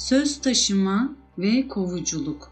Söz taşıma ve kovuculuk.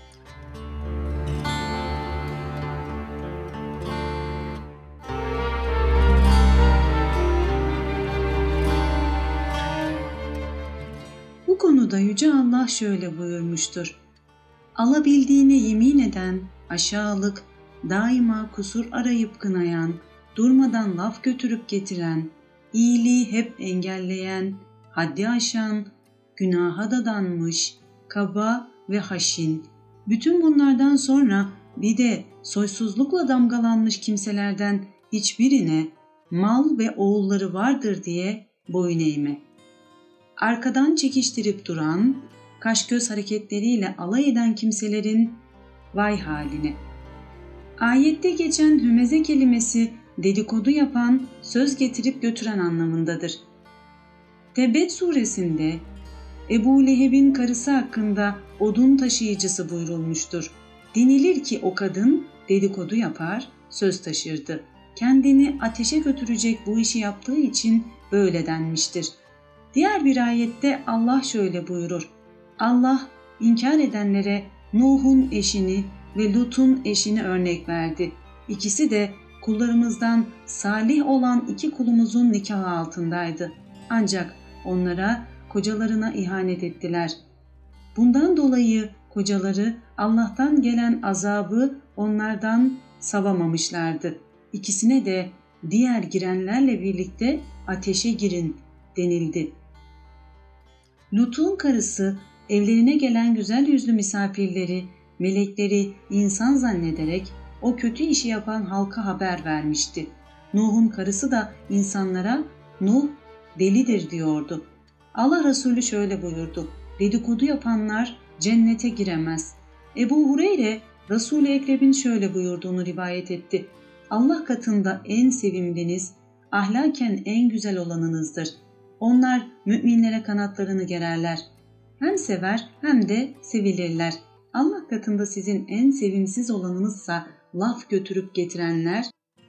Bu konuda Yüce Allah şöyle buyurmuştur: Alabildiğine yemin eden, aşağılık, daima kusur arayıp kınayan, durmadan laf götürüp getiren, iyiliği hep engelleyen, haddi aşan, günaha dadanmış, kaba ve haşin. Bütün bunlardan sonra bir de soysuzlukla damgalanmış kimselerden hiçbirine mal ve oğulları vardır diye boyun eğme. Arkadan çekiştirip duran, kaş göz hareketleriyle alay eden kimselerin vay haline. Ayette geçen hümeze kelimesi dedikodu yapan, söz getirip götüren anlamındadır. Tebbet suresinde Ebu Leheb'in karısı hakkında odun taşıyıcısı buyurulmuştur. Denilir ki o kadın dedikodu yapar, söz taşırdı. Kendini ateşe götürecek bu işi yaptığı için böyle denmiştir. Diğer bir ayette Allah şöyle buyurur: Allah inkar edenlere Nuh'un eşini ve Lut'un eşini örnek verdi. İkisi de kullarımızdan salih olan iki kulumuzun nikahı altındaydı. Ancak onlara kocalarına ihanet ettiler. Bundan dolayı kocaları Allah'tan gelen azabı onlardan savamamışlardı. İkisine de diğer girenlerle birlikte ateşe girin denildi. Lut'un karısı evlerine gelen güzel yüzlü misafirleri, melekleri insan zannederek o kötü işi yapan halka haber vermişti. Nuh'un karısı da insanlara Nuh delidir diyordu. Allah Resulü şöyle buyurdu: dedikodu yapanlar cennete giremez. Ebu Hureyre Resul-i Ekrem'in şöyle buyurduğunu rivayet etti: Allah katında en sevimliniz, ahlaken en güzel olanınızdır. Onlar müminlere kanatlarını gererler. Hem sever hem de sevilirler. Allah katında sizin en sevimsiz olanınızsa laf götürüp getirenler,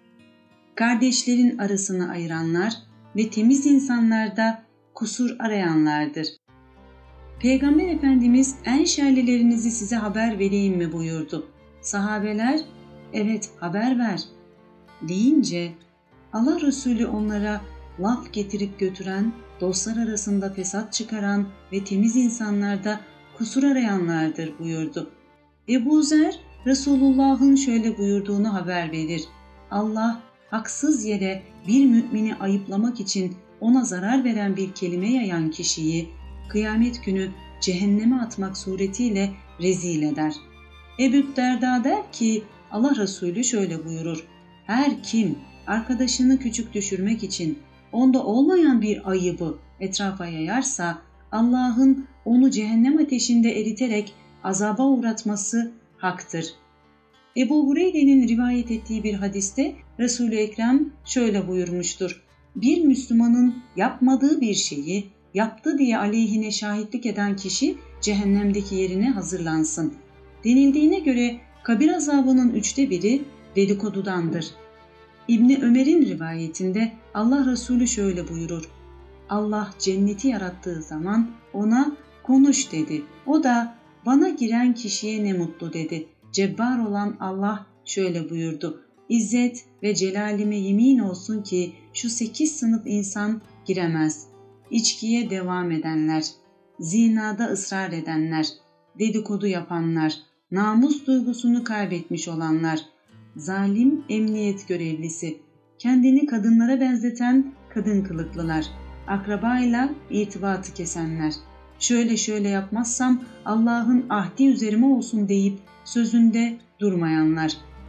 kardeşlerin arasını ayıranlar ve temiz insanlarda kusur arayanlardır. Peygamber Efendimiz en şerlilerinizi size haber vereyim mi buyurdu. Sahabeler evet haber ver deyince Allah Resulü onlara laf getirip götüren, dostlar arasında fesat çıkaran ve temiz insanlarda kusur arayanlardır buyurdu. Ebu Zer Resulullah'ın şöyle buyurduğunu haber verir: Allah haksız yere bir mümini ayıplamak için ona zarar veren bir kelime yayan kişiyi kıyamet günü cehenneme atmak suretiyle rezil eder. Ebu Derda der ki Allah Resulü şöyle buyurur: her kim arkadaşını küçük düşürmek için onda olmayan bir ayıbı etrafa yayarsa Allah'ın onu cehennem ateşinde eriterek azaba uğratması haktır. Ebu Hureyre'nin rivayet ettiği bir hadiste Resul-i Ekrem şöyle buyurmuştur: bir Müslümanın yapmadığı bir şeyi yaptı diye aleyhine şahitlik eden kişi cehennemdeki yerine hazırlansın. Denildiğine göre kabir azabının 1/3 dedikodudandır. İbni Ömer'in rivayetinde Allah Resulü şöyle buyurur: Allah cenneti yarattığı zaman ona konuş dedi. O da bana giren kişiye ne mutlu dedi. Cebbar olan Allah şöyle buyurdu: İzzet ve celalime yemin olsun ki şu 8 sınıf insan giremez. İçkiye devam edenler, zinada ısrar edenler, dedikodu yapanlar, namus duygusunu kaybetmiş olanlar, zalim emniyet görevlisi, kendini kadınlara benzeten kadın kılıklılar, akrabayla irtibatı kesenler, şöyle yapmazsam Allah'ın ahdi üzerime olsun deyip sözünde durmayanlar.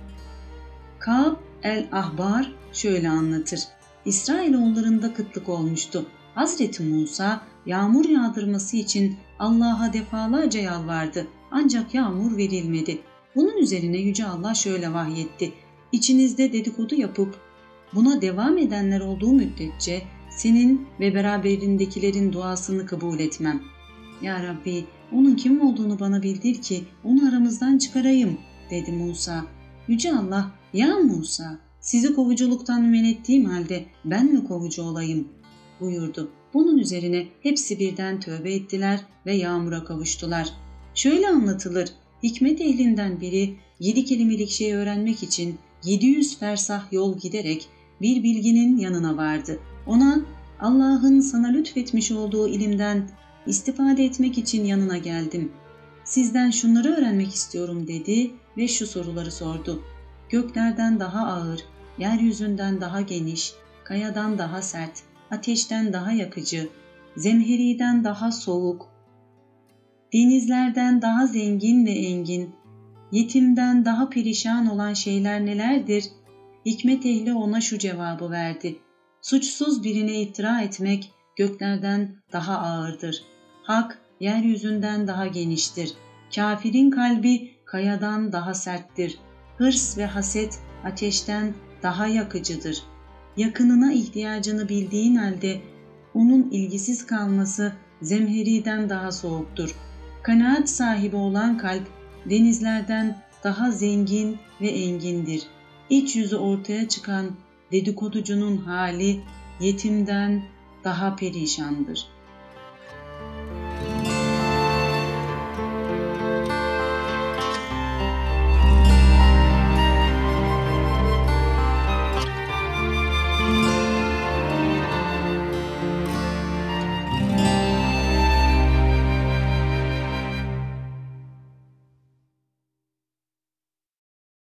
Kâb el-Ahbar şöyle anlatır: İsrailoğullarında kıtlık olmuştu. Hazreti Musa yağmur yağdırması için Allah'a defalarca yalvardı. Ancak yağmur verilmedi. Bunun üzerine Yüce Allah şöyle vahyetti: İçinizde dedikodu yapıp buna devam edenler olduğu müddetçe senin ve beraberindekilerin duasını kabul etmem. Ya Rabbi, onun kim olduğunu bana bildir ki onu aramızdan çıkarayım dedi Musa. Yüce Allah, ya Musa, sizi kovuculuktan men ettiğim halde ben mi kovucu olayım buyurdu. Bunun üzerine hepsi birden tövbe ettiler ve yağmura kavuştular. Şöyle anlatılır, hikmet ehlinden biri 7 kelimelik şey öğrenmek için 700 fersah yol giderek bir bilginin yanına vardı. Ona Allah'ın sana lütfetmiş olduğu ilimden istifade etmek için yanına geldim. Sizden şunları öğrenmek istiyorum dedi ve şu soruları sordu. Göklerden daha ağır, yeryüzünden daha geniş, kayadan daha sert, ateşten daha yakıcı, zemheriden daha soğuk, denizlerden daha zengin ve engin, yetimden daha perişan olan şeyler nelerdir? Hikmet ehli ona şu cevabı verdi. Suçsuz birine iftira etmek göklerden daha ağırdır. Hak yeryüzünden daha geniştir. Kafirin kalbi kayadan daha serttir. Hırs ve haset ateşten daha yakıcıdır. Yakınına ihtiyacını bildiğin halde onun ilgisiz kalması zemheriden daha soğuktur. Kanaat sahibi olan kalp denizlerden daha zengin ve engindir. İç yüzü ortaya çıkan dedikoducunun hali yetimden daha perişandır.